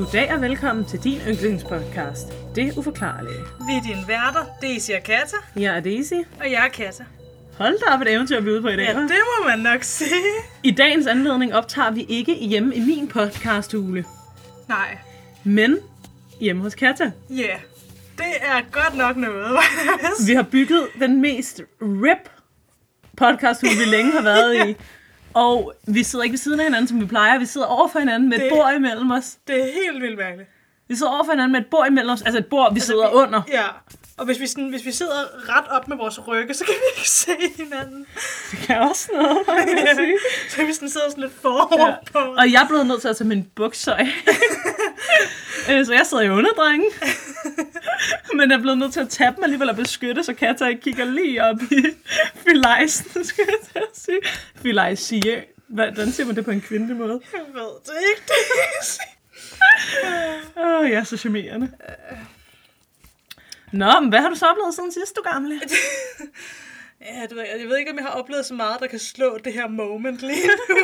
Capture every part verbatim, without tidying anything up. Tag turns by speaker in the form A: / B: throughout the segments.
A: Goddag og velkommen til din yndlingspodcast, Det Uforklarlige.
B: Vi er dine værter, Daisy og Katja.
A: Jeg er Daisy.
B: Og jeg er Katja.
A: Hold da op et eventyr, vi er ude på i dag.
B: Ja, det må man nok sige.
A: I dagens anledning optager vi ikke hjemme i min podcasthule.
B: Nej.
A: Men hjemme hos Katja.
B: Ja, yeah. Det er godt nok noget.
A: Vi har bygget den mest rip podcasthule, vi længe har været i. Og vi sidder ikke ved siden af hinanden, som vi plejer. Vi sidder over for hinanden med det, et bord imellem os.
B: Det er helt vildt mærkeligt.
A: Vi sidder over for hinanden med et bord imellem os. Altså et bord, vi altså, sidder vi, under.
B: Ja, og hvis vi, sådan, hvis vi sidder ret op med vores rygge, så kan vi ikke se hinanden.
A: Det kan også noget, vil jeg sige.
B: Så kan vi sådan sidder sådan lidt forover ja. på.
A: Og jeg er blevet nødt til at tage min bukser af. Så jeg sidder i underdrengen. Men jeg er blevet nødt til at tage dem alligevel og beskytte, så Katja ikke kigger lige op i filejsen, skal jeg til at sige. Filejsie. Hvordan siger man det på en kvindelig måde?
B: Jeg ved det ikke, det
A: Åh, oh, jeg er så charmerende. Nå, men hvad har du så oplevet siden sidst, du gamle?
B: Ja, det ved jeg. jeg ved ikke, om jeg har oplevet så meget, der kan slå det her moment lige nu.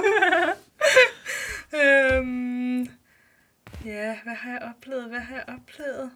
B: øhm, ja, hvad har jeg oplevet? Hvad har jeg oplevet?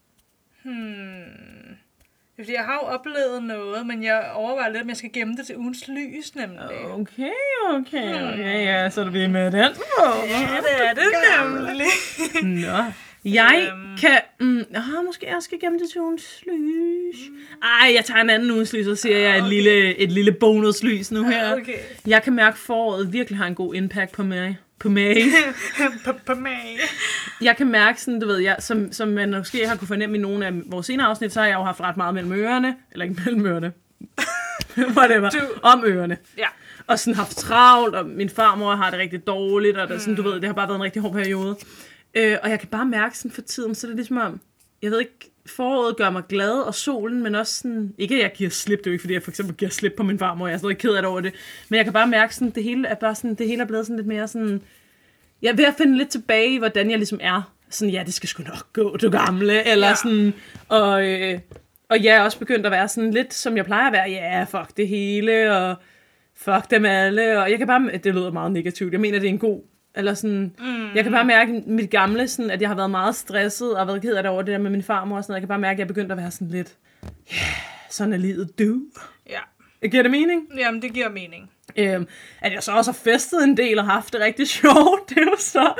B: Hmm... Fordi jeg har jo oplevet noget, men jeg overvejer lidt, om jeg skal gemme det til ugens lys, nemlig.
A: Okay, okay, okay, ja, så er vi med den.
B: Ja, det er det nemlig.
A: Nå, jeg um. kan... Mm, ah, måske jeg skal gemme det til ugens lys. Ej, jeg tager en anden ugens lys, og siger jeg et, okay. lille, et lille bonuslys nu her.
B: Okay.
A: Jeg kan mærke, at foråret virkelig har en god impact på mig. På mig.
B: på, på mig.
A: Jeg kan mærke sådan, du ved, jeg, som, som man måske har kunne fornemme i nogle af vores senere afsnit, så har jeg jo haft ret meget mellem ørerne. Eller ikke mellem ørerne. Whatever. Du... Om ørerne.
B: Ja.
A: Og sådan haft travlt, og min farmor har det rigtig dårligt, og det, sådan, du ved, det har bare været en rigtig hård periode. Øh, og jeg kan bare mærke sådan for tiden, så er det ligesom om, jeg ved ikke, foråret gør mig glad, og solen, men også sådan, ikke at jeg giver slip, det er jo ikke fordi, jeg for eksempel giver slip på min farmor, jeg er sådan ked af det over det, men jeg kan bare mærke sådan, det hele er bare sådan, det hele er blevet sådan lidt mere sådan, jeg er ved at finde lidt tilbage i, hvordan jeg ligesom er, sådan, ja, det skal sgu nok gå, du gamle, eller ja. sådan, og, øh, og jeg er også begyndt at være sådan lidt, som jeg plejer at være, ja, fuck det hele, og fuck dem alle, og jeg kan bare, det lyder meget negativt, jeg mener, det er en god, eller sådan, mm. jeg kan bare mærke mit gamle, sådan, at jeg har været meget stresset, og været ked af det over det der med min farmor, og sådan noget. Jeg kan bare mærke, at jeg er begyndt at være sådan lidt, ja, yeah, sådan er livet, du.
B: Ja.
A: Giver det mening?
B: Jamen, det giver mening.
A: Øhm, at jeg så også har festet en del og haft det rigtig sjovt, det er jo så,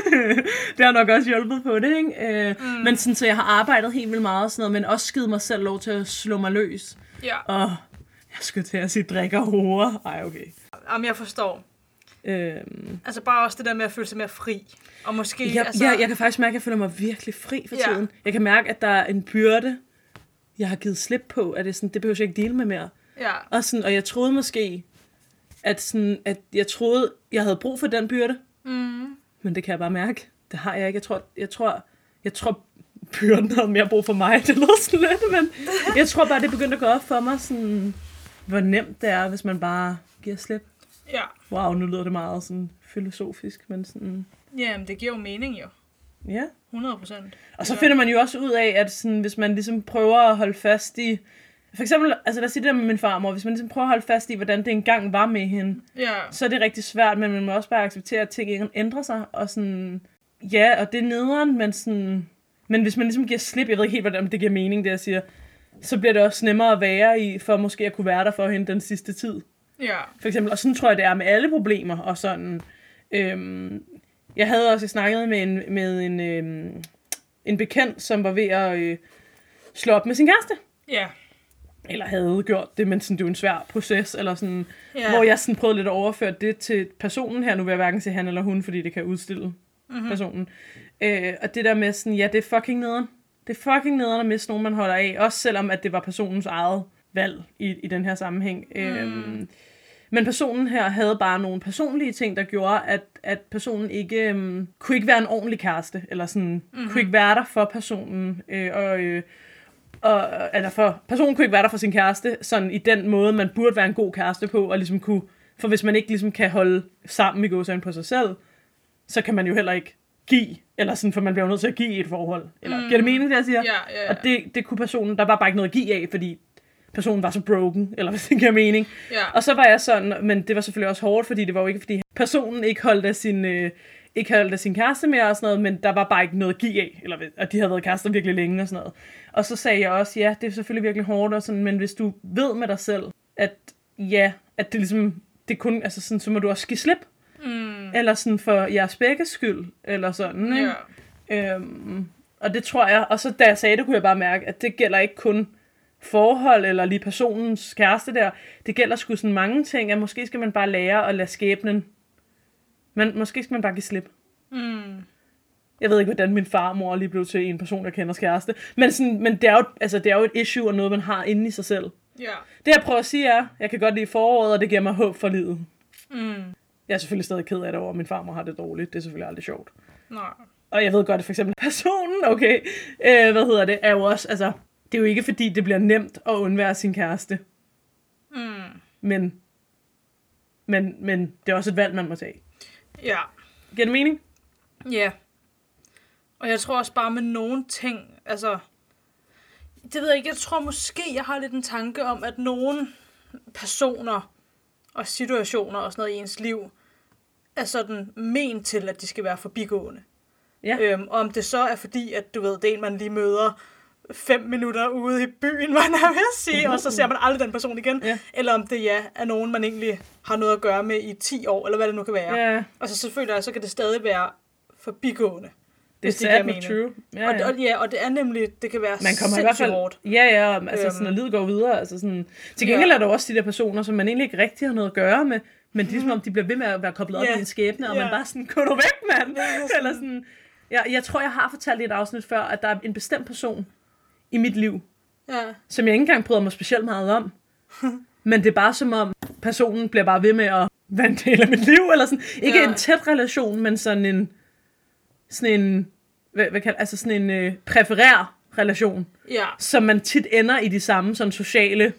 A: det har nok også hjulpet på det, ikke? Øh, mm. Men sådan, så jeg har arbejdet helt vildt meget og sådan noget, men også givet mig selv lov til at slå mig løs.
B: Ja.
A: Og jeg skulle til at sige drikker horer. Ej, okay.
B: Jamen, jeg forstår.
A: Øhm.
B: Altså bare også det der med at føle sig mere fri. Og måske,
A: jeg,
B: altså...
A: jeg, jeg kan faktisk mærke, at jeg føler mig virkelig fri for
B: ja.
A: tiden. Jeg kan mærke, at der er en byrde, jeg har givet slip på, at det, sådan, det behøver jeg ikke dele med mere.
B: Ja.
A: Og, sådan, og jeg troede måske, at, sådan, at jeg troede, jeg havde brug for den byrde.
B: Mm.
A: Men det kan jeg bare mærke. Det har jeg ikke. Jeg tror, jeg tror, jeg tror byrden havde mere brug for mig. Det lyder sådan lidt, men jeg tror bare, det begyndte at gå op for mig, sådan, hvor nemt det er, hvis man bare giver slip.
B: Ja.
A: Wow, nu lyder det meget sådan filosofisk, men sådan...
B: Jamen, det giver jo mening jo.
A: Ja.
B: hundrede procent.
A: Og så finder man jo også ud af, at sådan, hvis man ligesom prøver at holde fast i... For eksempel, altså lad os sige det der med min farmor. Hvis man ligesom prøver at holde fast i, hvordan det engang var med hende,
B: ja.
A: så er det rigtig svært, men man må også bare acceptere, at ting ændrer sig. Og sådan... Ja, og det er nederen, men sådan... Men hvis man ligesom giver slip, jeg ved ikke helt, hvordan det giver mening, det jeg siger, så bliver det også nemmere at være i, for måske at kunne være der for hende den sidste tid.
B: Ja.
A: For eksempel, og sådan tror jeg, det er med alle problemer, og sådan, øhm, jeg havde også snakket med en, med en, øhm, en bekendt, som var ved at øh, slå op med sin kæreste.
B: Ja.
A: Eller havde gjort det, men sådan, det var en svær proces, eller sådan,
B: ja.
A: hvor jeg sådan prøvede lidt at overføre det til personen her, nu vil jeg hverken sige han eller hun, fordi det kan udstille mm-hmm. personen. Øh, og det der med sådan, ja, det er fucking nederen. Det er fucking nederen at miste nogen, man holder af, også selvom at det var personens eget valg i, i den her sammenhæng. Mm. Øhm, men personen her havde bare nogle personlige ting, der gjorde, at, at personen ikke øhm, kunne ikke være en ordentlig kæreste, eller sådan, mm-hmm. kunne ikke være der for personen, øh, og, øh, og, eller for, personen kunne ikke være der for sin kæreste, sådan i den måde, man burde være en god kæreste på, og ligesom kunne, for hvis man ikke ligesom kan holde sammen i gåsøjne på sig selv, så kan man jo heller ikke give, eller sådan, for man bliver nødt til at give i et forhold. Eller, mm. giver det mening, det jeg siger?
B: Ja, ja, ja.
A: Og det, det kunne personen, der var bare ikke noget at give af, fordi personen var så broken, eller hvis det giver mening.
B: Ja.
A: Og så var jeg sådan, men det var selvfølgelig også hårdt, fordi det var jo ikke, fordi personen ikke holdt af sin, øh, ikke havde sin kæreste mere og sådan noget, men der var bare ikke noget at give af, eller, og de havde været kærester virkelig længe og sådan noget. Og så sagde jeg også, ja, det er selvfølgelig virkelig hårdt, og sådan, men hvis du ved med dig selv, at ja, at det ligesom, det kun, altså sådan, så må du også give slip. Mm. Eller sådan for jeres begge skyld, eller sådan, ikke? Ja. Øhm, og det tror jeg, og så da jeg sagde det, kunne jeg bare mærke, at det gælder ikke kun forhold, eller lige personens kæreste der, det gælder sgu sådan mange ting, at måske skal man bare lære at lade skæbnen, men måske skal man bare give slip. Mm. Jeg ved ikke, hvordan min farmor lige blev til en person, der kender kæreste, men, sådan, men det, er jo, altså, det er jo et issue, og noget, man har inde i sig selv.
B: Ja.
A: Det jeg prøver at sige er, jeg kan godt lide foråret, og det giver mig håb for livet. Mm. Jeg er selvfølgelig stadig ked af det over, at min farmor har det dårligt. Det er selvfølgelig aldrig sjovt.
B: Nej.
A: Og jeg ved godt, at for eksempel personen, okay, øh, hvad hedder det, er jo også, altså, det er jo ikke fordi, det bliver nemt at undvære sin kæreste. Mm. Men, men, men det er også et valg, man må tage.
B: Ja.
A: Giver det mening?
B: Ja. Og jeg tror også bare med nogle ting, altså, det ved jeg ikke, jeg tror måske, jeg har lidt en tanke om, at nogle personer og situationer og sådan noget i ens liv, er sådan ment til, at de skal være forbigående. Ja. Øhm, om det så er fordi, at du ved, det er en, man lige møder fem minutter ude i byen, var jeg ved at sige, og så ser man aldrig den person igen. Ja. Eller om det ja, er nogen, man egentlig har noget at gøre med i ti år, eller hvad det nu kan være. Ja. Og så selvfølgelig, så kan det stadig være forbigående.
A: Det er sad, but true.
B: Ja, og, og, ja, og det er nemlig, det kan være man kommer i hvert fald hårdt.
A: Ja, ja, altså øhm. sådan, at livet går videre. Altså sådan, til gengæld ja. Er der også de der personer, som man egentlig ikke rigtig har noget at gøre med, men det er som om, de bliver ved med at være koblet op yeah. i en skæbne, og yeah. man bare sådan, gå du væk, mand! Yeah, sådan. Eller sådan, ja, jeg tror, jeg har fortalt i et afsnit før, at der er en bestemt person i mit liv, ja. Som jeg ikke engang bryder mig specielt meget om. Men det er bare som om, personen bliver bare ved med at være en del af mit liv, eller sådan. Ikke ja. En tæt relation, men sådan en, sådan en, hvad, hvad kan, altså sådan en øh, præferær relation, ja. Som man tit ender i de samme sådan sociale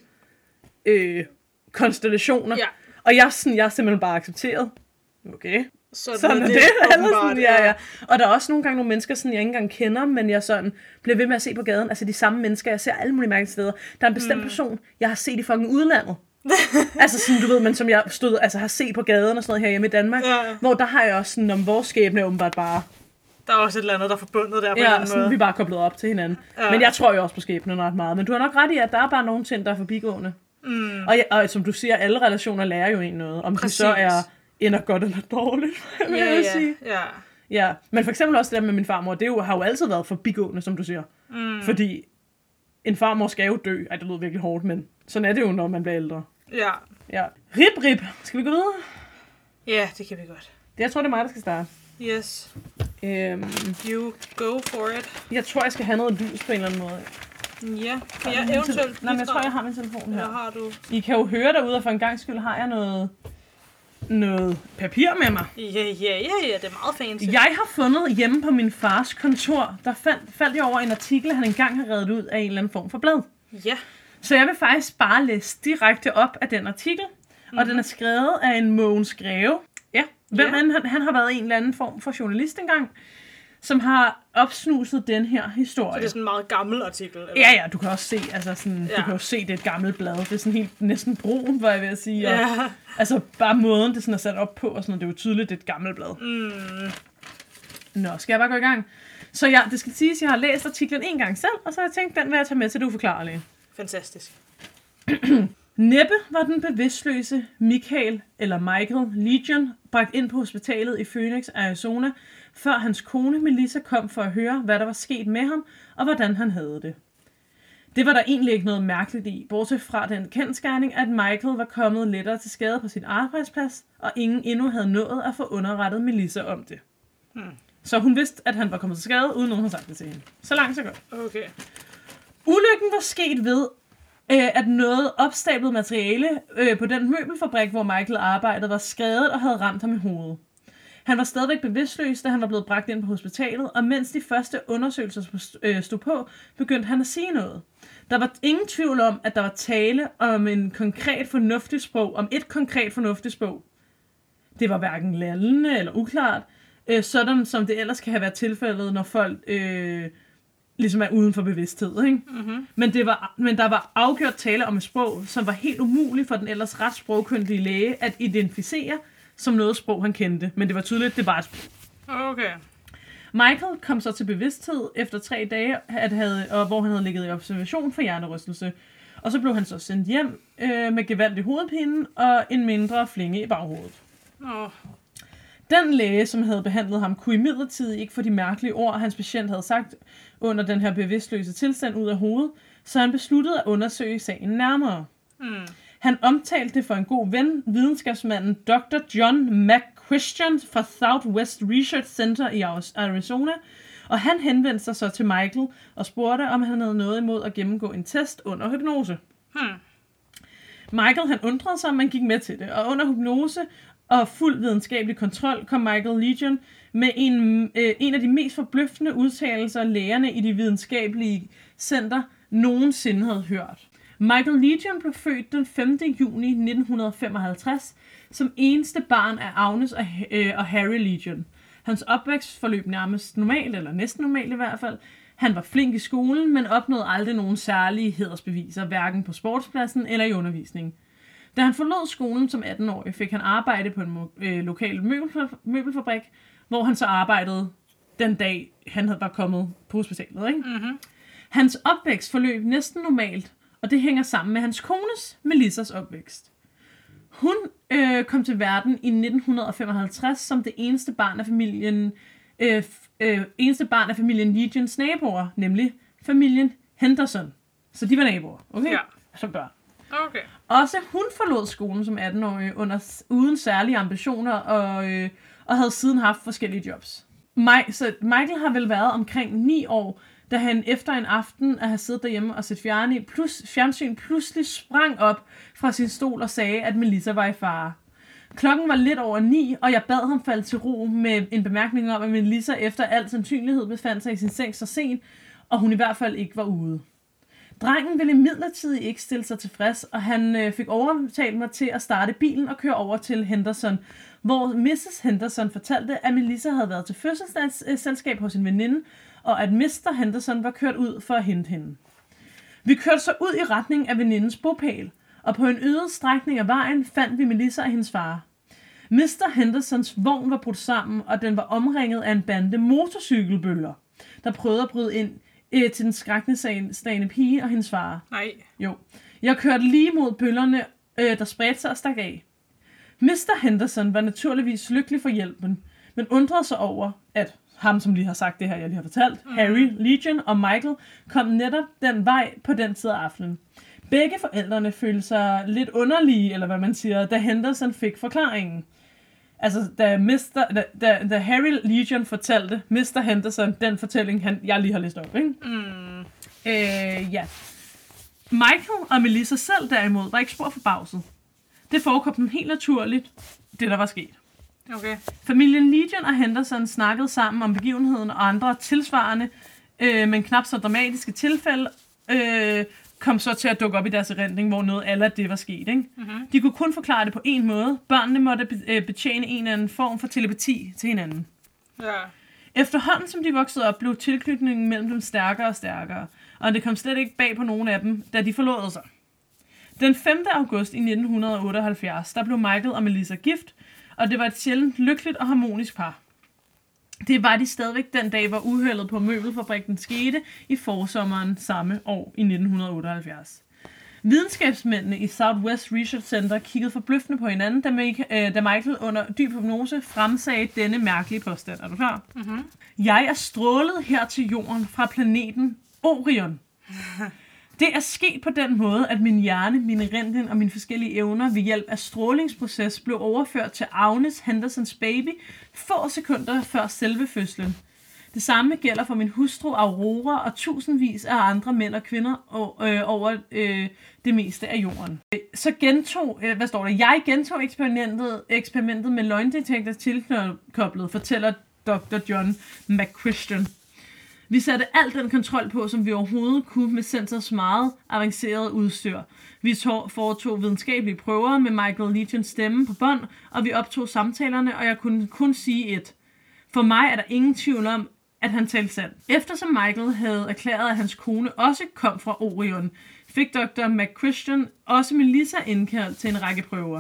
A: øh, konstellationer. Ja. Og jeg, sådan, jeg er simpelthen bare accepteret. Okay.
B: Så
A: sådan er det. det eller sådan, ja, ja. Og der er også nogle gange nogle mennesker, sådan, jeg ikke engang kender, men jeg sådan bliver ved med at se på gaden. Altså de samme mennesker, jeg ser alle mulige mærkelige steder. Der er en bestemt mm. person, jeg har set i fucking udlandet. Altså sådan, du ved, men som jeg stod, altså har set på gaden og sådan noget her hjemme i Danmark. Ja. Hvor der har jeg også sådan, om vores skæbne åbenbart bare...
B: Der er også et eller andet, der er forbundet der på
A: ja,
B: en
A: sådan, måde. Vi er bare koblet op til hinanden. Ja. Men jeg tror jo også på skæbnen ret meget. Men du har nok ret i, at der er bare nogle ting, der er forbigående. Mm. Og, og som du siger, alle relationer lærer jo en noget. Om det så er ender godt eller dårligt, vil
B: ja,
A: jeg
B: ja,
A: sige.
B: Ja.
A: Ja. Men for eksempel også det der med min farmor, det jo, har jo altid været forbigående, som du siger. Mm. Fordi en farmor skal jo dø. Ej, det lyder virkelig hårdt, men sådan er det jo, når man bliver ældre.
B: Ja.
A: Ja. Rip, rip. Skal vi gå videre?
B: Ja, det kan vi godt.
A: Det, jeg tror, det er mig, der skal starte.
B: Yes.
A: Øhm,
B: you go for it.
A: Jeg tror, jeg skal have noget lys på en eller anden måde.
B: Ja, kan jeg eventuelt...
A: Nej, men jeg tror, jeg har min telefon her.
B: Eller har du?
A: I kan jo høre derude, og for en gang skyld har jeg noget, noget papir med mig.
B: Ja, ja, ja, ja, det er meget fancy.
A: Jeg har fundet hjemme på min fars kontor, der faldt, faldt jeg over en artikel, han engang har reddet ud af en eller anden form for blad.
B: Ja.
A: Så jeg vil faktisk bare læse direkte op af den artikel, mm-hmm. og den er skrevet af en Mogens Greve. Ja, hvem ja. Han, han har været en eller anden form for journalist engang, som har opsnuset den her historie.
B: Så det er sådan en meget gammel artikel? Eller?
A: Ja, ja, du kan også se, altså sådan, ja. Du kan jo se, det er et gammelt blad. Det er sådan helt næsten brun, var jeg ved at sige. Og, ja. Altså bare måden, det sådan er sat op på, og sådan noget, det er jo tydeligt, det er et gammelt blad. Mm. Nå, skal jeg bare gå i gang? Så ja, det skal siges, at jeg har læst artiklen en gang selv, og så har jeg tænkt, den vil jeg tage med til det uforklarlige.
B: Fantastisk.
A: Næppe var den bevidstløse Michael, eller Michael Legion, bragt ind på hospitalet i Phoenix, Arizona, før hans kone Melissa kom for at høre, hvad der var sket med ham, og hvordan han havde det. Det var der egentlig ikke noget mærkeligt i, bortset fra den kendsgerning, at Michael var kommet lettere til skade på sin arbejdsplads, og ingen endnu havde nået at få underrettet Melissa om det. Hmm. Så hun vidste, at han var kommet til skade, uden nogen havde sagt det til hende. Så langt, så godt.
B: Okay.
A: Ulykken var sket ved, at noget opstablet materiale øh, på den møbelfabrik, hvor Michael arbejdede, var skredet og havde ramt ham i hovedet. Han var stadigvæk bevidstløs, da han var blevet bragt ind på hospitalet, og mens de første undersøgelser stod på, begyndte han at sige noget. Der var ingen tvivl om, at der var tale om en konkret fornuftig sprog, om et konkret fornuftigt sprog. Det var hverken lallende eller uklart, øh, sådan som det ellers kan have været tilfældet, når folk... Øh, ligesom er uden for bevidsthed, ikke? Mm-hmm. Men, det var, men der var afgjort tale om et sprog, som var helt umuligt for den ellers ret sprogkyndige læge at identificere som noget sprog, han kendte. Men det var tydeligt, det var et sprog.
B: Okay.
A: Michael kom så til bevidsthed efter tre dage, at havde, og hvor han havde ligget i observation for hjernerystelse. Og så blev han så sendt hjem øh, med gevaldig hovedpine og en mindre flænge i baghovedet.
B: Oh.
A: Den læge, som havde behandlet ham, kunne imidlertid ikke få de mærkelige ord, hans patient havde sagt under den her bevidstløse tilstand ud af hovedet, så han besluttede at undersøge sagen nærmere.
B: Mm.
A: Han omtalte det for en god ven, videnskabsmanden doktor John McChristian fra Southwest Research Center i Arizona, og han henvendte sig så til Michael og spurgte, om han havde noget imod at gennemgå en test under hypnose.
B: Hmm.
A: Michael han undrede sig, om man gik med til det, og under hypnose og fuld videnskabelig kontrol kom Michael Legion med en, øh, en af de mest forbløffende udtalelser, lægerne i de videnskabelige center nogensinde havde hørt. Michael Legion blev født den femte juni nitten femoghalvtreds som eneste barn af Agnes og, øh, og Harry Legion. Hans opvækst forløb nærmest normalt, eller næsten normalt i hvert fald. Han var flink i skolen, men opnåede aldrig nogen særlige hædersbeviser, hverken på sportspladsen eller i undervisningen. Da han forlod skolen som atten-årig, fik han arbejde på en øh, lokal møbelfabrik, hvor han så arbejdede den dag, han var kommet på hospitalet. Ikke?
B: Mm-hmm.
A: Hans opvækst forløb næsten normalt, og det hænger sammen med hans kones, Melissas, opvækst. Hun øh, kom til verden i nitten femoghalvtreds som det eneste barn af familien, øh, øh, eneste barn af familien Legions naboer, nemlig familien Henderson. Så de var naboer, okay?
B: Ja.
A: Som børn.
B: Okay.
A: Også hun forlod skolen som atten-årig under, uden særlige ambitioner og, øh, og havde siden haft forskellige jobs. My, så Michael har vel været omkring ni år, da han efter en aften at have siddet derhjemme og set fjernsyn, plus, fjernsyn pludselig sprang op fra sin stol og sagde, at Melissa var i fare. Klokken var lidt over ni, og jeg bad ham falde til ro med en bemærkning om, at Melissa efter al sandsynlighed befandt sig i sin seng så sent, og hun i hvert fald ikke var ude. Drengen ville imidlertid ikke stille sig tilfreds, og han øh, fik overtalt mig til at starte bilen og køre over til Henderson, hvor missus Henderson fortalte, at Melissa havde været til fødselsdagsselskab hos en veninde, og at mister Henderson var kørt ud for at hente hende. Vi kørte så ud i retning af venindens bopæl, og på en øde strækning af vejen fandt vi Melissa og hendes far. mister Hendersons vogn var brudt sammen, og den var omringet af en bande motorcykelbøller, der prøvede at bryde ind øh, til den skrækkeslagende pige og hendes far.
B: Nej.
A: Jo. Jeg kørte lige mod bøllerne, øh, der spredte sig og stak af. mister Henderson var naturligvis lykkelig for hjælpen, men undrede sig over, at ham, som lige har sagt det her, jeg lige har fortalt, mm. Harry Legion og Michael, kom netop den vej på den tid af aftenen. Begge forældrene følte sig lidt underlige, eller hvad man siger, da Henderson fik forklaringen. Altså, da, mister, da, da, da Harry Legion fortalte mister Henderson den fortælling, han, jeg lige har læst op, ikke?
B: Mm.
A: Øh, ja. Michael og Melissa selv derimod var ikke spor forbavset. Det forekom dem helt naturligt, det der var sket.
B: Okay.
A: Familien Legion og Henderson snakkede sammen om begivenheden, og andre tilsvarende, øh, men knap så dramatiske tilfælde, øh, kom så til at dukke op i deres erindring, hvor noget af det var sket. Ikke?
B: Mm-hmm.
A: De kunne kun forklare det på en måde. Børnene måtte betjene en eller anden form for telepati til hinanden.
B: Ja.
A: Efterhånden som de voksede op, blev tilknytningen mellem dem stærkere og stærkere, og det kom slet ikke bag på nogen af dem, da de forlod sig. Den femte august i nitten otteoghalvfjerds, der blev Michael og Melissa gift, og det var et sjældent lykkeligt og harmonisk par. Det var de stadigvæk den dag, hvor uheldet på møbelfabrikken skete i forsommeren samme år i nitten otteoghalvfjerds. Videnskabsmændene i Southwest Research Center kiggede forbløffende på hinanden, da Michael under dyb hypnose fremsagde denne mærkelige påstand. Er du klar?
B: Mm-hmm.
A: Jeg er strålet her til jorden fra planeten Orion. Det er sket på den måde, at min hjerne, min erindring og mine forskellige evner ved hjælp af strålingsproces blev overført til Agnes Hendersons baby få sekunder før selve fødslen. Det samme gælder for min hustru Aurora og tusindvis af andre mænd og kvinder og, øh, over øh, det meste af jorden. Så gentog, øh, hvad står der? Jeg gentog eksperimentet, eksperimentet med løgndetektor tilkoblet, fortæller doktor John McChristian. Vi satte al den kontrol på, som vi overhovedet kunne med Centers meget avancerede udstyr. Vi tog, foretog videnskabelige prøver med Michael Legions stemme på bånd, og vi optog samtalerne, og jeg kunne kun sige et. For mig er der ingen tvivl om, at han talte sandt. Eftersom Michael havde erklæret, at hans kone også kom fra Orion, fik doktor McChristian også Melissa indkaldt til en række prøver.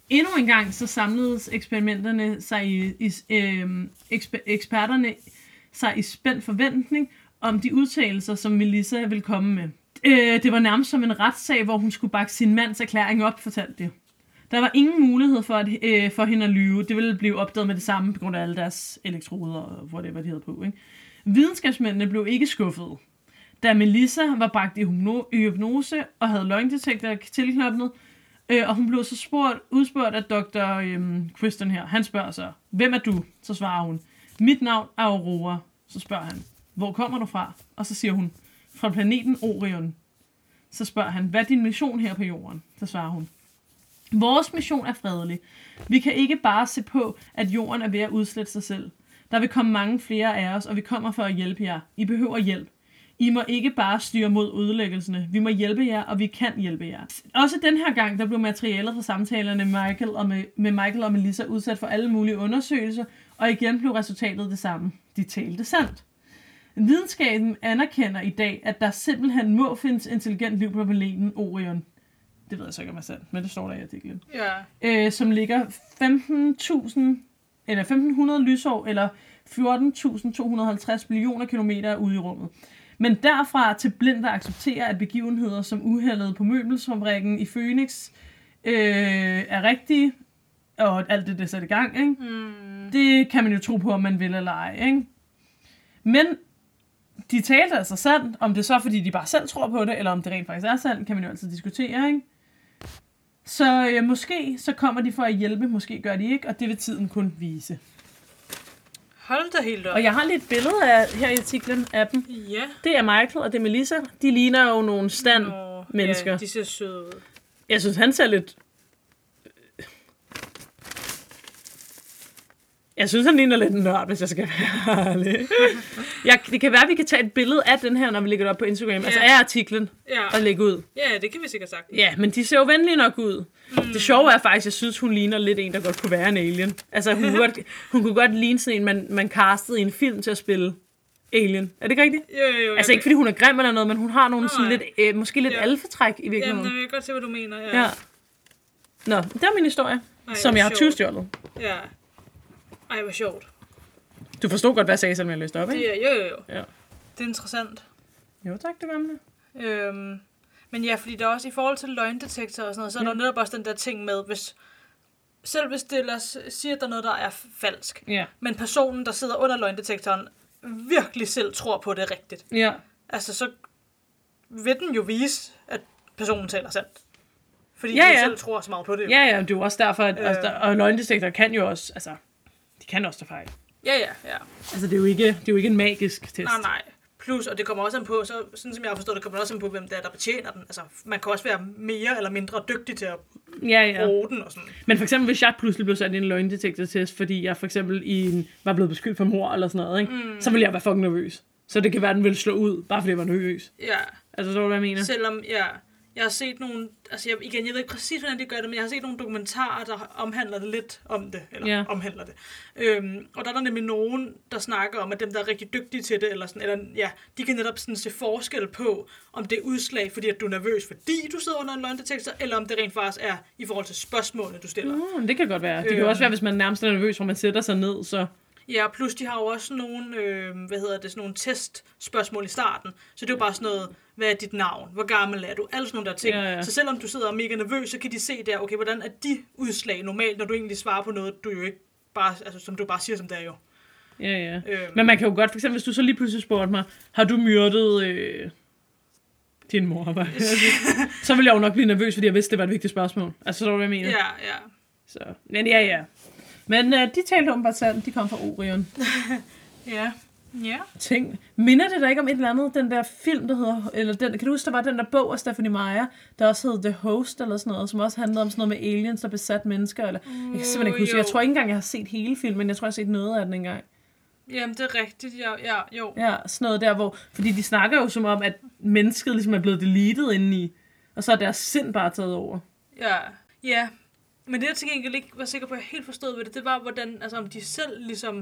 A: Endnu en gang så samledes eksperimenterne sig i, i øh, eksper, eksperterne sig i spændt forventning om de udtalelser, som Melissa ville komme med. Øh, det var nærmest som en retssag, hvor hun skulle bakke sin mands erklæring op, fortalte det. Der var ingen mulighed for, at, øh, for hende at lyve. Det ville blive opdaget med det samme, på grund af alle deres elektroder og hvor det var, de havde på. Ikke? Videnskabsmændene blev ikke skuffede. Da Melissa var bragt i hypnose og havde løgndetektor tilknappet, øh, og hun blev så spurgt, udspurgt af doktor øh, Kristen her. Han spørger så, hvem er du? Så svarer hun, mit navn er Aurora. Så spørger han, hvor kommer du fra? Og så siger hun, fra planeten Orion. Så spørger han, hvad er din mission her på jorden? Så svarer hun, vores mission er fredelig. Vi kan ikke bare se på, at jorden er ved at udslette sig selv. Der vil komme mange flere af os, og vi kommer for at hjælpe jer. I behøver hjælp. I må ikke bare styre mod ødelæggelserne. Vi må hjælpe jer, og vi kan hjælpe jer. Også den her gang, der blev materialet fra samtalerne Michael og med, med Michael og Melissa udsat for alle mulige undersøgelser, og igen blev resultatet det samme. De talte sandt. Videnskaben anerkender i dag, at der simpelthen må findes intelligent liv på planeten Orion. Det ved jeg så ikke, om jeg er sandt, men det står der i artiklen.
B: Ja.
A: Øh, som ligger femten tusind, eller femten hundrede lysår, eller fjorten tusind to hundrede og halvtreds millioner kilometer ude i rummet. Men derfra til blindt at acceptere, at begivenheder som uheldet på møbelsfabrikken i Phoenix øh, er rigtige, og alt det, det er sat i gang, ikke? Mm. Det kan man jo tro på, om man vil eller ej, ikke? Men de talte altså sandt, om det så fordi de bare selv tror på det, eller om det rent faktisk er sandt, kan man jo altid diskutere, ikke? Så øh, måske så kommer de for at hjælpe, måske gør de ikke, og det vil tiden kun vise.
B: Hold da helt op.
A: Og jeg har lidt billede af, her i artiklen af dem.
B: Ja.
A: Det er Michael, og det er Melissa. De ligner jo nogle stand-mennesker.
B: Ja, de ser søde ud.
A: Jeg synes, han ser lidt... Jeg synes, han ligner lidt nørd, hvis jeg skal være ærlig. Jeg, det kan være, at vi kan tage et billede af den her, når vi lægger det op på Instagram. Ja. Altså af artiklen,
B: ja.
A: Og lægge ud.
B: Ja, det kan vi sikkert sagt.
A: Ja, men de ser jo venlige nok ud. Mm. Det sjove er faktisk, jeg synes, hun ligner lidt en, der godt kunne være en alien. Altså, hun, kunne, godt, hun kunne godt ligne sådan en, man, man castede i en film til at spille alien. Er det ikke rigtigt?
B: Jo, jo, jo.
A: Altså, ikke fordi hun er grim eller noget, men hun har nogle
B: nej.
A: sådan lidt, øh, måske lidt ja. alfatræk i virkeligheden.
B: Jamen, jeg kan godt se, hvad du mener. Ja.
A: Ja. Nå, det er min historie, Ej, som jeg har tyvstjålet.
B: Ja. Ej, hvor sjovt.
A: Du forstod godt, hvad jeg sagde, selvom jeg læste op, ikke?
B: Det er, jo, jo, jo.
A: Ja.
B: Det er interessant.
A: Jo, tak, det gamle.
B: Øhm, men ja, fordi der er også i forhold til løgndetektor og sådan noget, så er ja. der netop også den der ting med, hvis selv hvis det siger, at der er noget, der er falsk,
A: ja.
B: men personen, der sidder under løgndetektoren, virkelig selv tror på det rigtigt.
A: Ja.
B: Altså, så vil den jo vise, at personen taler sandt. Fordi
A: ja, ja.
B: de selv tror så meget på det.
A: Ja, ja, det er jo også derfor, at, øh. altså, og løgndetektorer kan jo også, altså, de kan også tage fejl.
B: Ja, ja, ja.
A: Altså, det er jo ikke, det er jo ikke en magisk test.
B: Nej, nej. Plus, og det kommer også an på, så, sådan som jeg har forstået det, kommer også an på, hvem det er, der betjener den. Altså, man kan også være mere eller mindre dygtig til at
A: ja, ja.
B: bruge den og sådan.
A: Men for eksempel, hvis jeg pludselig blev sat i en løgndetektortest, fordi jeg for eksempel i en, var blevet beskyldt for mord eller sådan noget, ikke? Mm. Så ville jeg være fucking nervøs. Så det kan være, at den ville slå ud, bare fordi jeg var nervøs.
B: Ja.
A: Altså, så hvad jeg mener?
B: Selvom, ja, jeg har set nogle, altså jeg, igen, jeg ved ikke præcis, hvordan de gør det, men jeg har set nogle dokumentarer, der omhandler det lidt om det, eller yeah. omhandler det. Øhm, og der er der nemlig nogen, der snakker om, at dem, der er rigtig dygtige til det, eller sådan, eller ja, de kan netop sådan se forskel på, om det er udslag, fordi at du er nervøs, fordi du sidder under en løgndetektor, eller om det rent faktisk er i forhold til spørgsmålene, du stiller.
A: Mm, det kan godt være. Det kan øhm, også være, hvis man nærmest er nervøs, hvor man sætter sig ned, så...
B: Ja, plus de har jo også nogle, øh, hvad hedder det, sådan nogle testspørgsmål i starten. Så det er jo bare sådan noget, hvad er dit navn? Hvor gammel er du? Alle sådan nogle der ting. Ja, ja. Så selvom du sidder mega nervøs, så kan de se der, okay, hvordan er de udslag normalt, når du egentlig svarer på noget, du jo ikke bare, altså som du bare siger, som det er jo.
A: Ja, ja. Øhm. Men man kan jo godt, for eksempel, hvis du så lige pludselig spurgte mig, har du myrdet øh, din mor? Så ville jeg jo nok blive nervøs, fordi jeg vidste, det var et vigtigt spørgsmål. Altså, så er du, hvad jeg mener?
B: Ja, ja.
A: Så, men ja, ja. Men øh, de talte om bare sandt, de kom fra Orion.
B: Ja. Ja.
A: Tænk, minder det da ikke om et eller andet, den der film, der hedder, eller den, kan du huske, der var den der bog af Stephanie Meyer, der også hed The Host, eller sådan noget, som også handlede om sådan noget med aliens, der besat mennesker, eller, uh, jeg kan simpelthen ikke huske, jo. Jeg tror ikke engang, jeg har set hele filmen, men jeg tror, jeg har set noget af den engang.
B: Jamen, det er rigtigt, ja, ja, jo.
A: Ja, sådan noget der, hvor, fordi de snakker jo som om, at mennesket ligesom er blevet deleted indeni, og så er deres sind bare taget over.
B: Ja, ja. Men det, jeg til gengæld ikke var sikker på, at jeg helt forstod ved det, det var, hvordan, altså om de selv ligesom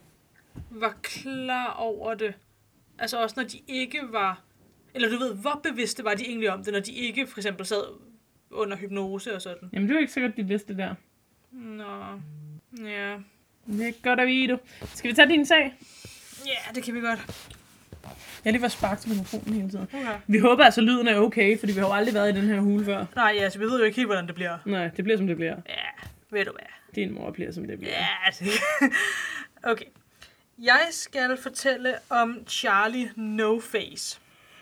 B: var klar over det. Altså også når de ikke var, eller du ved, hvor bevidste var de egentlig om det, når de ikke for eksempel sad under hypnose og sådan.
A: Jamen det var ikke sikkert, de vidste det der.
B: Nå, ja.
A: Det er godt at vide, du. Skal vi tage din sag?
B: Ja, det kan vi godt.
A: Jeg har lige været sparket til mikrofonen hele tiden.
B: Okay.
A: Vi håber altså, at lyden er okay, fordi vi har jo aldrig været i den her hule før.
B: Nej, altså, vi ved jo ikke helt, hvordan det bliver.
A: Nej, det bliver, som det bliver.
B: Ja, ved du hvad.
A: Din mor bliver, som det bliver.
B: Ja, det... Okay. Jeg skal fortælle om Charlie No Face.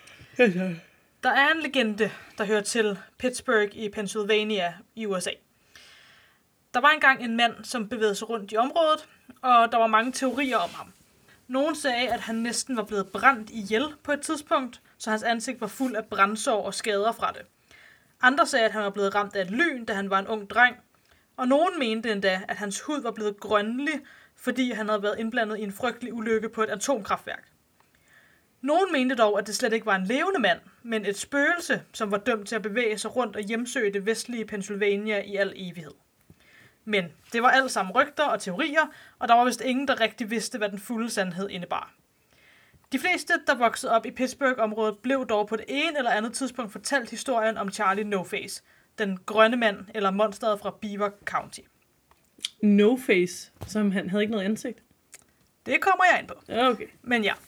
B: Der er en legende, der hører til Pittsburgh i Pennsylvania i U S A. Der var engang en mand, som bevægede sig rundt i området, og der var mange teorier om ham. Nogen sagde, at han næsten var blevet brændt ihjel på et tidspunkt, så hans ansigt var fuld af brændsår og skader fra det. Andre sagde, at han var blevet ramt af et lyn, da han var en ung dreng. Og nogen mente endda, at hans hud var blevet grønlig, fordi han havde været indblandet i en frygtelig ulykke på et atomkraftværk. Nogen mente dog, at det slet ikke var en levende mand, men et spøgelse, som var dømt til at bevæge sig rundt og hjemsøge det vestlige Pennsylvania i al evighed. Men det var alt sammen rygter og teorier, og der var vist ingen, der rigtig vidste, hvad den fulde sandhed indebar. De fleste, der voksede op i Pittsburgh-området, blev dog på det ene eller andet tidspunkt fortalt historien om Charlie No Face, den grønne mand eller monsteret fra Beaver County.
A: No Face, som han havde ikke noget ansigt?
B: Det kommer jeg ind på.
A: Okay.
B: Men ja.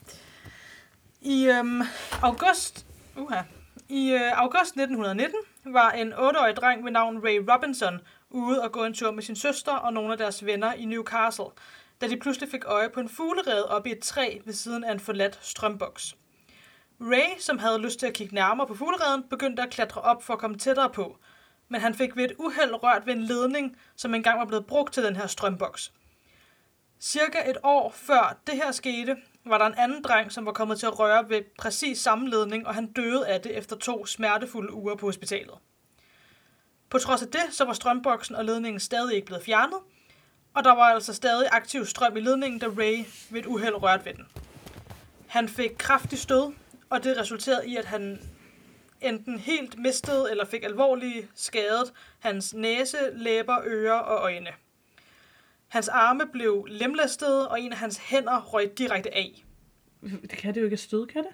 B: I øhm, august, uha, i øh, august nitten nitten var en otteårig dreng ved navn Ray Robinson ude og gå en tur med sin søster og nogle af deres venner i Newcastle, da de pludselig fik øje på en fuglerede oppe i et træ ved siden af en forladt strømboks. Ray, som havde lyst til at kigge nærmere på fuglereden, begyndte at klatre op for at komme tættere på, men han fik ved et uheld rørt ved en ledning, som engang var blevet brugt til den her strømboks. Cirka et år før det her skete, var der en anden dreng, som var kommet til at røre ved præcis samme ledning, og han døde af det efter to smertefulde uger på hospitalet. På trods af det, så var strømboksen og ledningen stadig ikke blevet fjernet, og der var altså stadig aktiv strøm i ledningen, da Ray ved et uheld rørte ved den. Han fik kraftig stød, og det resulterede i, at han enten helt mistede eller fik alvorligt skadet hans næse, læber, ører og øjne. Hans arme blev lemlæstede, og en af hans hænder røg direkte af.
A: Det kan det jo ikke at støde, kan det?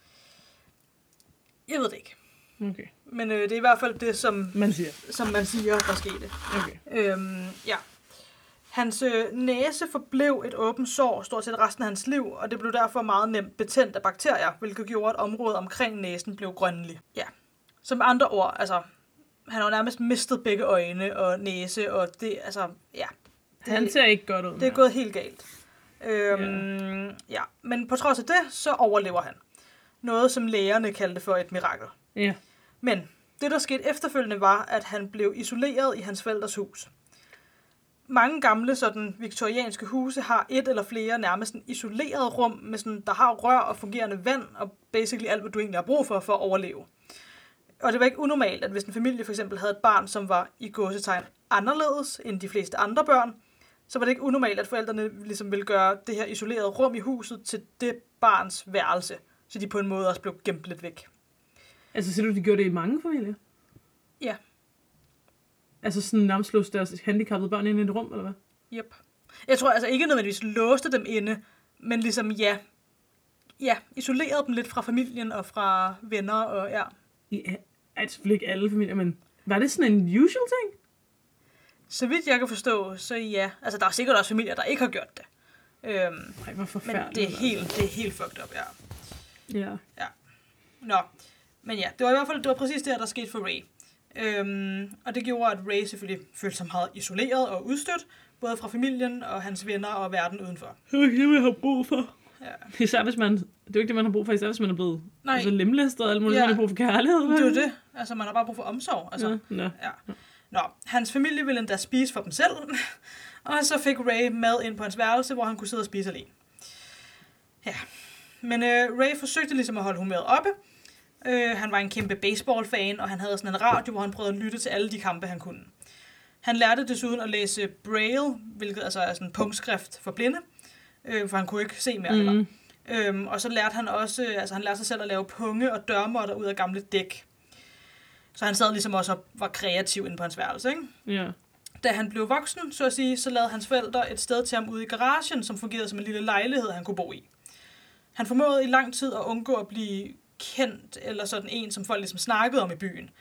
B: Jeg ved det ikke.
A: Okay.
B: Men øh, det er i hvert fald det, som
A: man siger,
B: som man siger der skete.
A: Okay.
B: Øhm, ja. Hans øh, næse forblev et åbent sår stort set resten af hans liv, og det blev derfor meget nemt betændt af bakterier, hvilket gjorde, at området omkring næsen blev grønlig. Ja. Som andre ord, altså, han har nærmest mistet begge øjne og næse, og det, altså, ja. Det,
A: han ser ikke godt ud.
B: Det er gået helt galt. Øhm, yeah. Ja. Men på trods af det, så overlever han. Noget, som lægerne kaldte for et mirakel.
A: Ja. Yeah.
B: Men det, der skete efterfølgende, var, at han blev isoleret i hans forældres hus. Mange gamle sådan viktorianske huse har et eller flere nærmest en isoleret rum, med sådan, der har rør og fungerende vand, og basically alt, hvad du egentlig har brug for, for at overleve. Og det var ikke unormalt, at hvis en familie for eksempel havde et barn, som var i gåsetegn anderledes end de fleste andre børn, så var det ikke unormalt, at forældrene ligesom ville gøre det her isolerede rum i huset til det barns værelse, så de på en måde også blev gemt lidt væk.
A: Altså, siger du, de gjorde det i mange familier?
B: Ja.
A: Altså sådan nærmest låste deres handicappede børn ind i et rum, eller hvad?
B: Yep. Jeg tror altså ikke nødvendigvis låste dem inde, men ligesom ja, ja, isolerede dem lidt fra familien og fra venner og ja.
A: Ja, altså selvfølgelig ikke alle familier, men var det sådan en usual ting?
B: Så vidt jeg kan forstå, så ja. Altså der er sikkert også familier, der ikke har gjort det. Øhm,
A: Ej, hvor forfærdeligt.
B: men det er helt, det er helt fucked up, ja.
A: Ja.
B: Ja. Nå, men ja, det var i hvert fald, det var præcis det her, der skete for Ray. Øhm, og det gjorde, at Ray selvfølgelig følte sig meget isoleret og udstødt, både fra familien og hans venner og verden udenfor.
A: Det er ikke det, man har brug for.
B: Ja.
A: Især hvis man, det er jo ikke det, man har brug for, især hvis man er blevet altså, lemlæstet og alt muligt,
B: ja.
A: Man har brug for kærlighed.
B: Det er jo det. Altså, man har bare brug for omsorg. Altså.
A: Ja. Ja.
B: Ja. Nå, hans familie ville endda spise for dem selv, og så fik Ray mad ind på hans værelse, hvor han kunne sidde og spise alene. Ja, men øh, Ray forsøgte ligesom at holde humøret oppe. Øh, han var en kæmpe baseball-fan, og han havde sådan en radio, hvor han prøvede at lytte til alle de kampe, han kunne. Han lærte desuden at læse Braille, hvilket altså er sådan en punktskrift for blinde, øh, for han kunne ikke se mere. Mm. Eller. Øhm, og så lærte han også, altså han lærte sig selv at lave punge og dørmåtter ud af gamle dæk. Så han sad ligesom også og var kreativ inde på hans værelse, ikke?
A: Ja.
B: Da han blev voksen, så at sige, så lavede hans forældre et sted til ham ude i garagen, som fungerede som en lille lejlighed, han kunne bo i. Han formåede i lang tid at undgå at blive kendt, eller sådan en, som folk ligesom snakkede om i byen.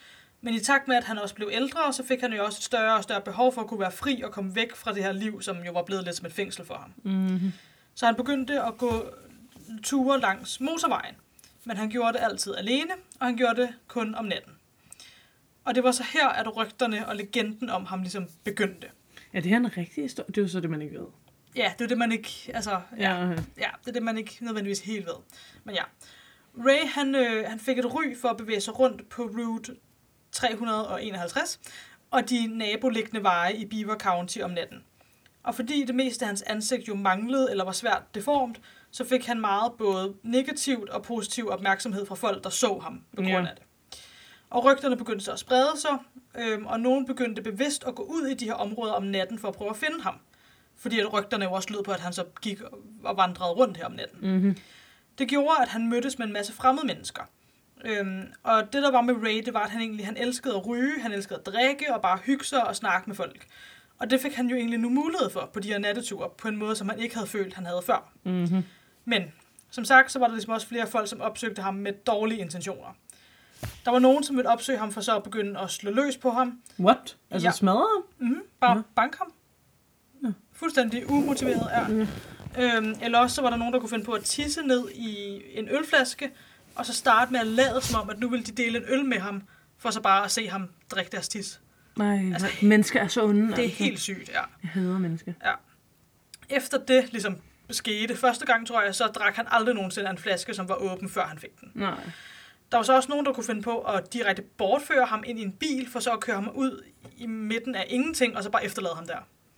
B: Men i takt med, at han også blev ældre, så fik han jo også et større og større behov for at kunne være fri og komme væk fra det her liv, som jo var blevet lidt som et fængsel for ham.
A: Mm-hmm.
B: Så han begyndte at gå ture langs motorvejen. Men han gjorde det altid alene, og han gjorde det kun om natten. Og det var så her, at rygterne og legenden om ham ligesom begyndte.
A: Ja, det er en rigtig historie. Det er jo så det, man ikke ved.
B: Ja, det er det, man ikke, altså, ja,
A: Ja, okay.
B: ja, det er det, man ikke nødvendigvis helt ved. Men ja, Ray, han, øh, han fik et ry for at bevæge sig rundt på Route tre hundrede og enoghalvtreds og de naboliggende veje i Beaver County om natten. Og fordi det meste af hans ansigt jo manglede eller var svært deformt, så fik han meget både negativt og positiv opmærksomhed fra folk, der så ham på grund
A: Ja.
B: af det. Og rygterne begyndte så at sprede sig, øhm, og nogen begyndte bevidst at gå ud i de her områder om natten for at prøve at finde ham. Fordi at rygterne jo også lød på, at han så gik og vandrede rundt her om natten.
A: Mm-hmm.
B: Det gjorde, at han mødtes med en masse fremmede mennesker. Øhm, og det, der var med Ray, det var, at han egentlig han elskede at ryge, han elskede at drikke og bare hygge sig og snakke med folk. Og det fik han jo egentlig nu mulighed for på de her natteture, på en måde, som han ikke havde følt, han havde før.
A: Mm-hmm.
B: Men som sagt, så var der ligesom også flere folk, som opsøgte ham med dårlige intentioner. Der var nogen, som ville opsøge ham for så at begynde at slå løs på ham.
A: What? Altså
B: Ja.
A: smadre ham?
B: Mm-hmm. Bare
A: Ja.
B: banke ham.
A: Ja.
B: Fuldstændig umotiveret, ja.
A: Ja.
B: Øhm, eller også så var der nogen, der kunne finde på at tisse ned i en ølflaske, og så starte med at lade som om, at nu ville de dele en øl med ham, for så bare at se ham drikke deres tis.
A: Nej,
B: Altså,
A: altså, mennesker er så onde.
B: Det er
A: altså.
B: helt sygt, ja.
A: Jeg hader mennesker.
B: ja. Efter det ligesom skete, første gang tror jeg, så drak han aldrig nogensinde af en flaske, som var åben, før han fik den.
A: Nej.
B: Der var så også nogen, der kunne finde på at direkte bortføre ham ind i en bil, for så at køre ham ud i midten af ingenting, og så bare efterlade ham der.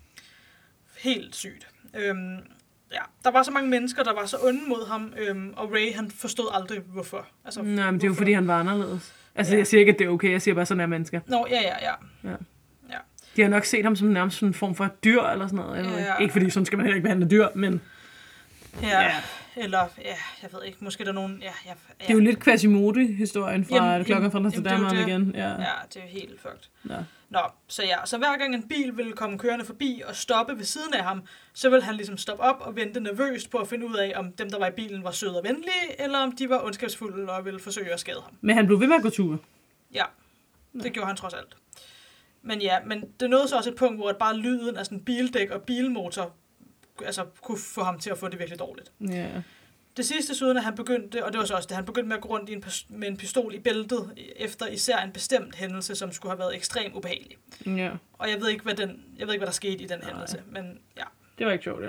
B: Helt sygt. Øhm, ja. Der var så mange mennesker, der var så onde mod ham, øhm, og Ray, han forstod aldrig, hvorfor. Altså,
A: Nej, men det er jo
B: hvorfor.
A: fordi, han var anderledes. Altså,
B: Ja.
A: jeg siger ikke, at det er okay. Jeg siger bare, sådan er mennesker.
B: Nå, ja, ja, ja.
A: Ja.
B: Ja.
A: De har nok set ham som nærmest sådan en form for et dyr, eller sådan noget. Jeg ved
B: Ja.
A: ikke. Ikke fordi, sådan skal man heller ikke behandle dyr, men
B: Ja,
A: Ja.
B: eller, ja, jeg ved ikke, måske der er nogen, ja, ja, ja.
A: det er jo lidt Quasimodo-historien fra
B: Jamen,
A: jamen, klokken fra
B: jamen,
A: Notre
B: det er jo
A: Dame
B: det.
A: igen. Ja.
B: Ja, det er jo helt fucked.
A: Ja.
B: Nå, så ja, så hver gang en bil ville komme kørende forbi og stoppe ved siden af ham, så ville han ligesom stoppe op og vente nervøst på at finde ud af, om dem, der var i bilen, var søde og venlige, eller om de var ondskabsfulde og ville forsøge at skade ham.
A: Men han blev ved med at gå ture.
B: Ja, det gjorde han trods alt. Men ja, men det nåede så også et punkt, hvor at bare lyden af sådan bildæk og bilmotor altså, kunne få ham til at få det virkelig dårligt.
A: Ja.
B: Det sidste siden, at han begyndte, og det var så også det, han begyndte med at gå rundt i en, med en pistol i bæltet, efter især en bestemt hændelse, som skulle have været ekstremt ubehagelig.
A: Ja.
B: Og jeg ved ikke, hvad, den, jeg ved ikke, hvad der skete i den
A: Nej.
B: hændelse, men ja.
A: Det var ikke sjovt, ja.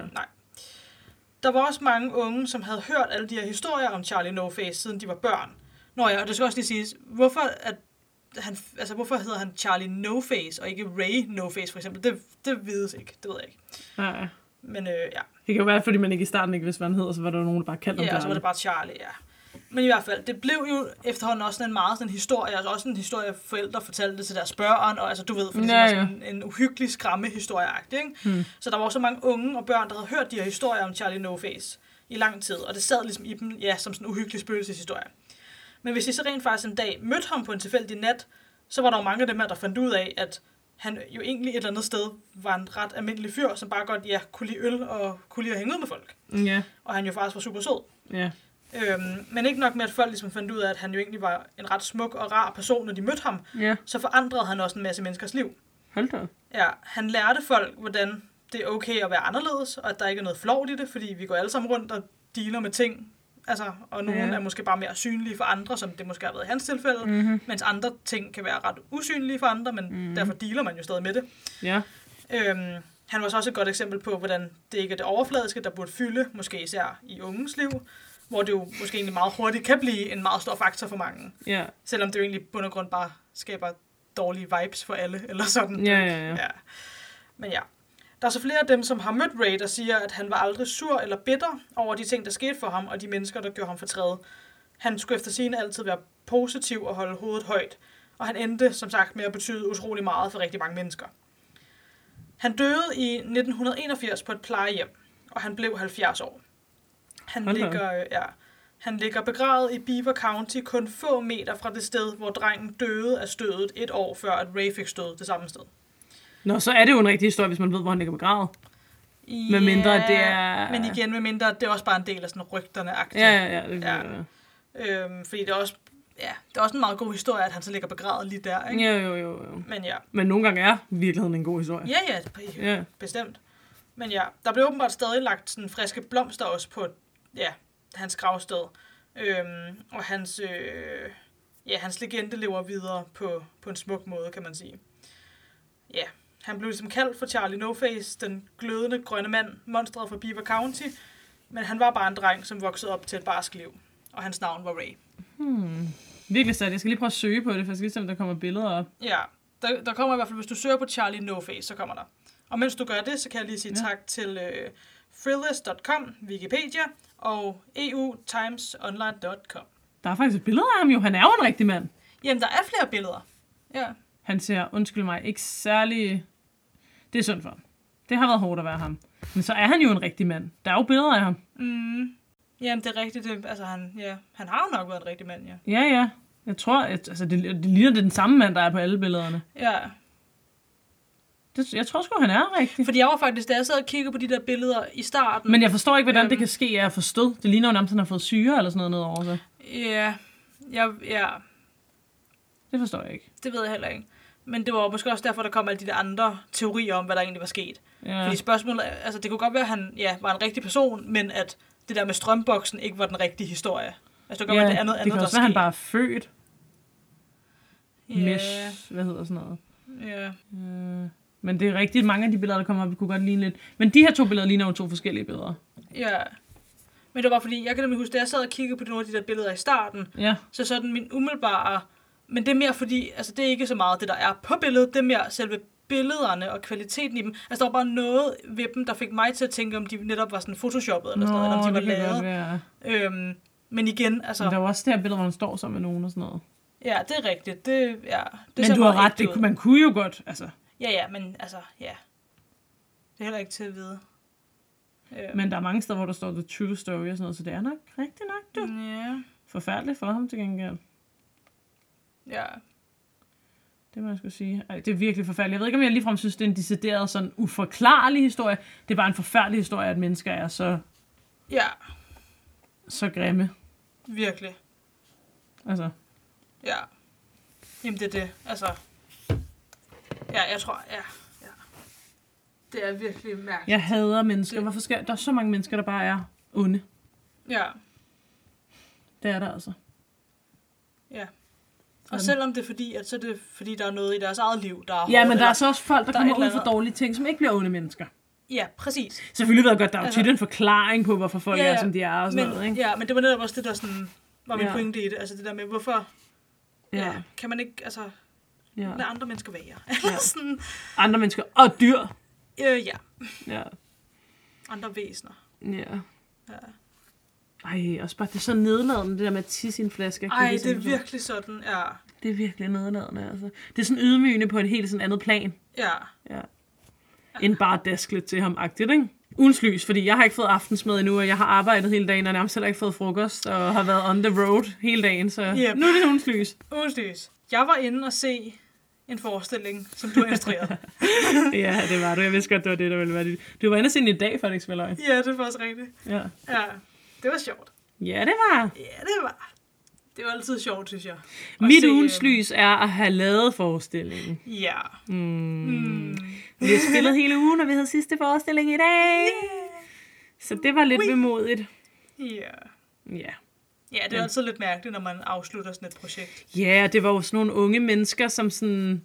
B: Der var også mange unge, som havde hørt alle de her historier om Charlie No Face, siden de var børn. Nå ja, og det skal også lige siges, hvorfor, at han, altså, hvorfor hedder han Charlie No Face, og ikke Ray No Face for eksempel? Det, det vides ikke, det ved jeg ikke.
A: Nej.
B: Men øh, ja.
A: Det kan jo være, fordi man ikke i starten ikke vidste, hvad han hed, og så var der nogen, der bare kaldte ham
B: Ja, og så var
A: Charlie.
B: det bare Charlie, ja. Men i hvert fald, det blev jo efterhånden også en meget sådan en historie, altså også en historie, forældre fortalte til deres børn, og altså du ved, for det
A: Ja,
B: var
A: ja.
B: sådan en, en uhyggelig skræmmehistorie-agtig, ikke?
A: Hmm.
B: Så der var også mange unge og børn, der havde hørt de her historier om Charlie No Face i lang tid, og det sad ligesom i dem, ja, som sådan en uhyggelig spøgelseshistorie. Men hvis de så rent faktisk en dag mødte ham på en tilfældig nat, så var der jo mange af dem her, der fandt ud af, at han jo egentlig et eller andet sted var en ret almindelig fyr, som bare godt, ja, kunne lide øl og kunne lide at hænge ud med folk.
A: Ja.
B: Og han jo faktisk var super sød.
A: Ja.
B: Øhm, men ikke nok med, at folk ligesom fandt ud af, at han jo egentlig var en ret smuk og rar person, når de mødte ham,
A: Ja.
B: så forandrede han også en masse menneskers liv.
A: Hold da.
B: Ja, han lærte folk, hvordan det er okay at være anderledes, og at der ikke er noget flovt i det, fordi vi går alle sammen rundt og dealer med ting, altså, og nogle
A: Ja.
B: er måske bare mere synlige for andre, som det måske har været i hans tilfælde,
A: Mm-hmm.
B: mens andre ting kan være ret usynlige for andre, men
A: Mhm.
B: derfor dealer man jo stadig med det.
A: Ja.
B: Øhm, han var så også et godt eksempel på, hvordan det ikke er det overfladiske, der burde fylde, måske især i unges liv, hvor det jo måske egentlig meget hurtigt kan blive en meget stor faktor for mange.
A: Ja.
B: Selvom det jo egentlig i bund og grund bare skaber dårlige vibes for alle, eller sådan.
A: Ja, ja, ja.
B: ja. Men ja. Der er så flere af dem, som har mødt Ray, der siger, at han var aldrig sur eller bitter over de ting, der skete for ham, og de mennesker, der gjorde ham fortræd. Han skulle efter sigende altid være positiv og holde hovedet højt, og han endte, som sagt, med at betyde utrolig meget for rigtig mange mennesker. Han døde i nitten enogfirs på et plejehjem, og han blev halvfjerds år. Han
A: Hold da.
B: ligger, øh, ja, han ligger begravet i Beaver County kun få meter fra det sted, hvor drengen døde af stødet et år før, at Ray fik stød det samme sted.
A: Nå, så er det jo en rigtig historie, hvis man ved, hvor han ligger begravet. Med mindre, at det er-
B: Men igen, med mindre, at det er også bare en del af sådan rygterne-agtigt.
A: Ja, ja, ja. Det,
B: Ja.
A: ja.
B: Øhm, fordi det er også ja, det er også en meget god historie, at han så ligger begravet lige der, ikke?
A: Jo, jo, jo, jo.
B: Men ja.
A: Men nogle gange er virkeligheden en god historie.
B: Ja, ja,
A: Ja.
B: bestemt. Men ja, der blev åbenbart stadig lagt sådan friske blomster også på, ja, hans gravsted. Øhm, og hans, øh, ja, hans legende lever videre på, på en smuk måde, kan man sige. Ja, han blev ligesom kaldt for Charlie No-Face, den glødende grønne mand, monstret fra Beaver County. Men han var bare en dreng, som voksede op til et barsk liv. Og hans navn var Ray.
A: Hmm. Virkelig sat. Jeg skal lige prøve at søge på det, for jeg skal lige se, om der kommer billeder op.
B: Ja, der, der kommer i hvert fald, hvis du søger på Charlie No-Face, så kommer der. Og mens du gør det, så kan jeg lige sige ja. tak til øh, thrillist punktum com, Wikipedia og e u times online punktum com.
A: Der er faktisk et billede af ham jo. Han er jo en rigtig mand.
B: Jamen, der er flere billeder. Ja.
A: Han ser, undskyld mig, ikke særlig... Det er synd for ham. Det har været hårdt at være ham. Men så er han jo en rigtig mand. Der er jo billeder af ham.
B: Mm. Jamen, det er rigtigt. Det, altså, han, ja, han har jo nok været en rigtig mand, ja.
A: Ja, ja. Jeg tror, at, altså, det, det ligner det den samme mand, der er på alle billederne.
B: Ja.
A: Det, jeg tror sgu, han er rigtig.
B: Fordi jeg var faktisk, da jeg sad og kiggede på de der billeder i starten...
A: Men jeg forstår ikke, hvordan
B: øhm,
A: det kan ske, at jeg forstod. Det ligner jo nærmest, at han har fået syre eller sådan noget nedover sig.
B: Ja, jeg, ja,
A: Det forstår jeg ikke.
B: det ved jeg heller ikke. Men det var måske også derfor, der kom alle de der andre teorier om, hvad der egentlig var sket.
A: Ja.
B: Fordi spørgsmålet, altså det kunne godt være, at han ja, var en rigtig person, men at det der med strømboksen ikke var den rigtige historie. Altså det kan godt
A: Ja,
B: være, det er noget
A: det
B: andet,
A: kan
B: der
A: også være, han
B: skete.
A: bare er født.
B: Ja,
A: Mesh, hvad hedder sådan noget.
B: ja.
A: Øh, men det er rigtigt, mange af de billeder, der kommer op, vi kunne godt ligne lidt. Men de her to billeder ligner jo to forskellige billeder.
B: Ja. Men det var fordi, jeg kan nemlig huske, da jeg sad og kiggede på nogle af de der billeder i starten,
A: Ja.
B: så sådan min umiddelbare, men det er mere fordi, altså det er ikke så meget det, der er på billedet, det er mere selve billederne og kvaliteten i dem. Altså der var bare noget ved dem, der fik mig til at tænke, om de netop var sådan photoshoppet eller sådan noget, eller om de var
A: det kan godt
B: lavet.
A: være.
B: Øhm, men igen, altså...
A: Men der var også det her billede, hvor han står sammen med nogen og sådan noget.
B: Ja, det er rigtigt. Det, ja, det
A: Men
B: ser
A: du har
B: meget
A: ret,
B: ægte
A: det,
B: ud.
A: kunne- man kunne jo godt, altså.
B: Ja, ja, men altså, ja. Det er heller ikke til at vide. Øhm,
A: Men der er mange steder, hvor der står the true story og sådan noget, så det er nok rigtigt nok, du.
B: Ja,
A: Forfærdeligt for ham til gengæld.
B: ja.
A: Det må jeg skulle sige. Ej, det er virkelig forfærdeligt. Jeg ved ikke, om jeg ligefrem synes, det er en decideret sådan uforklarlig historie. Det er bare en forfærdelig historie, at mennesker er så,
B: Ja,
A: så grimme.
B: virkelig.
A: Altså,
B: Ja. Jamen, det er det. Altså, ja, jeg tror, ja, ja. Det er virkelig mærkeligt.
A: jeg hader mennesker.
B: Det-
A: Hvorfor skal der er så mange mennesker, der bare er onde?
B: Ja,
A: Det er der altså.
B: ja. Og
A: Sådan.
B: selvom det er fordi, at så er det fordi, der er noget i deres eget liv, der er
A: Ja,
B: hårdt,
A: men der
B: eller-
A: er så også folk, der,
B: der er
A: kommer
B: et eller
A: ud for
B: andet-
A: dårlige ting, som ikke bliver onde mennesker.
B: Ja, præcis.
A: Selvfølgelig ved jeg godt, der er jo
B: Altså-
A: tit en forklaring på, hvorfor folk
B: Ja,
A: er,
B: ja.
A: som de er og sådan
B: Men,
A: noget, ikke?
B: ja, men det var netop også det, der sådan, var min
A: Ja.
B: pointe i det. Altså det der med, hvorfor ja.
A: Ja.
B: Ja, kan man ikke, altså,
A: Ja.
B: lade andre mennesker være.
A: Ja.
B: sådan,
A: Andre mennesker og dyr.
B: øh, ja,
A: Ja.
B: andre væsener.
A: Ja.
B: Ja.
A: Ej, også bare, det er så nedladende, det der med at tisse i en flaske.
B: Ej, det er virkelig sådan, ja.
A: Det er virkelig nedladende, altså. Det er sådan ydmygende på et helt sådan andet plan.
B: Ja,
A: Ja. End bare dask lidt til ham-agtigt, ikke? Ugens lys, fordi jeg har ikke fået aftensmad endnu, og jeg har arbejdet hele dagen, og nærmest heller ikke fået frokost, og har været on the road hele dagen, så
B: Yep.
A: nu er det ugens lys.
B: ugens lys. Jeg var inde og se en forestilling, som du har instrueret.
A: Ja, det var du. Jeg vidste godt, det var det, der ville være det. Du var inde og se den i dag, faktisk, vel?
B: Ja, det er faktisk rigtigt.
A: Ja.
B: Ja, det var sjovt.
A: Ja, det var.
B: Ja, det var. Det var altid sjovt, synes jeg. At
A: Mit
B: se,
A: ugens
B: øh,
A: lys er at have lavet forestillingen.
B: Ja.
A: Mm.
B: Mm.
A: Vi har spillet hele ugen, og vi havde sidste forestilling i dag. Så det var lidt
B: Ui.
A: vemodigt.
B: Ja.
A: Ja.
B: Ja, det er altid lidt mærkeligt, når man afslutter sådan et projekt.
A: Ja, det var jo sådan nogle unge mennesker, som sådan...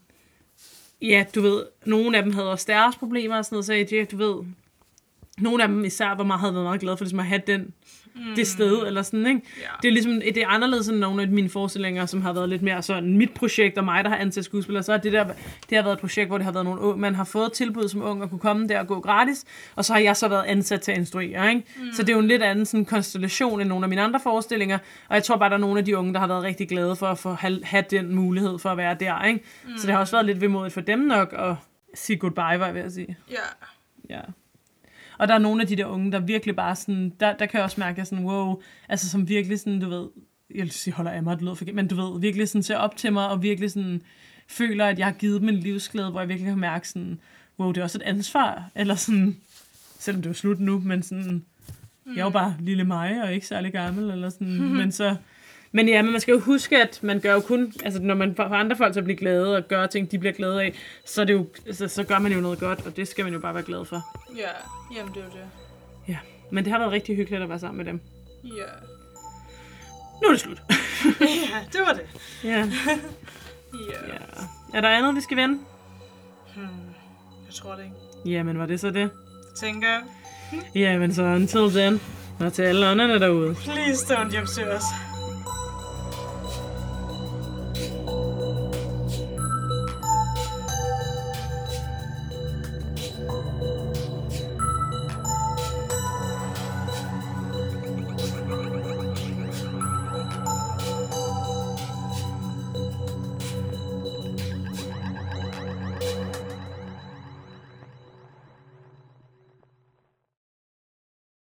A: Ja, du ved, nogle af dem havde også deres problemer og sådan noget, så jeg, du ved... Nogle af dem især var meget, havde været meget glade for ligesom at have den, mm. det sted, eller sådan, ikke?
B: Ja.
A: Det er ligesom, det er anderledes end nogle af mine forestillinger, som har været lidt mere sådan mit projekt, og mig, der har ansat skuespillere. Så er det der, det har været et projekt, hvor det har været nogle unge, man har fået tilbud som ung at kunne komme der og gå gratis, og så har jeg så været ansat til at instruere, ikke? Mm. Så det er jo en lidt anden sådan konstellation end nogle af mine andre forestillinger, og jeg tror bare, der er nogle af de unge, der har været rigtig glade for at få, have, have den mulighed for at være der, ikke? Mm. Så det har også været lidt vemodigt for dem nok at sige goodbye, var jeg ved at sige.
B: Ja.
A: Ja. Og der er nogle af de der unge, der virkelig bare sådan, der, der kan jeg også mærke, at jeg sådan, wow, altså som virkelig sådan, du ved, jeg vil sige, holder af mig, det lyder forkert, men du ved, virkelig sådan ser op til mig, og virkelig sådan føler, at jeg har givet dem en livsglæde, hvor jeg virkelig kan mærke sådan, wow, det er også et ansvar, eller sådan, selvom det er slut nu, men sådan, mm. jeg er jo bare lille mig, og ikke særlig gammel, eller sådan, mm-hmm. men så, Men ja, men man skal jo huske, at man gør jo kun, altså når man får andre folk til at blive glade og gøre ting, de bliver glade af, så, er det jo, så, så gør man jo noget godt, og det skal man jo bare være glad for.
B: Ja, jamen det er jo det.
A: Ja, men det har været rigtig hyggeligt at være sammen med dem.
B: Ja.
A: Nu er det slut.
B: Ja, det var det.
A: Ja.
B: Ja.
A: Ja. Er der andet, vi skal vende?
B: Hmm, jeg tror det ikke.
A: Jamen, var det så det?
B: Det tænker jeg.
A: Jamen, så until then. Og til alle ånderne derude.
B: Please don't hjem til os.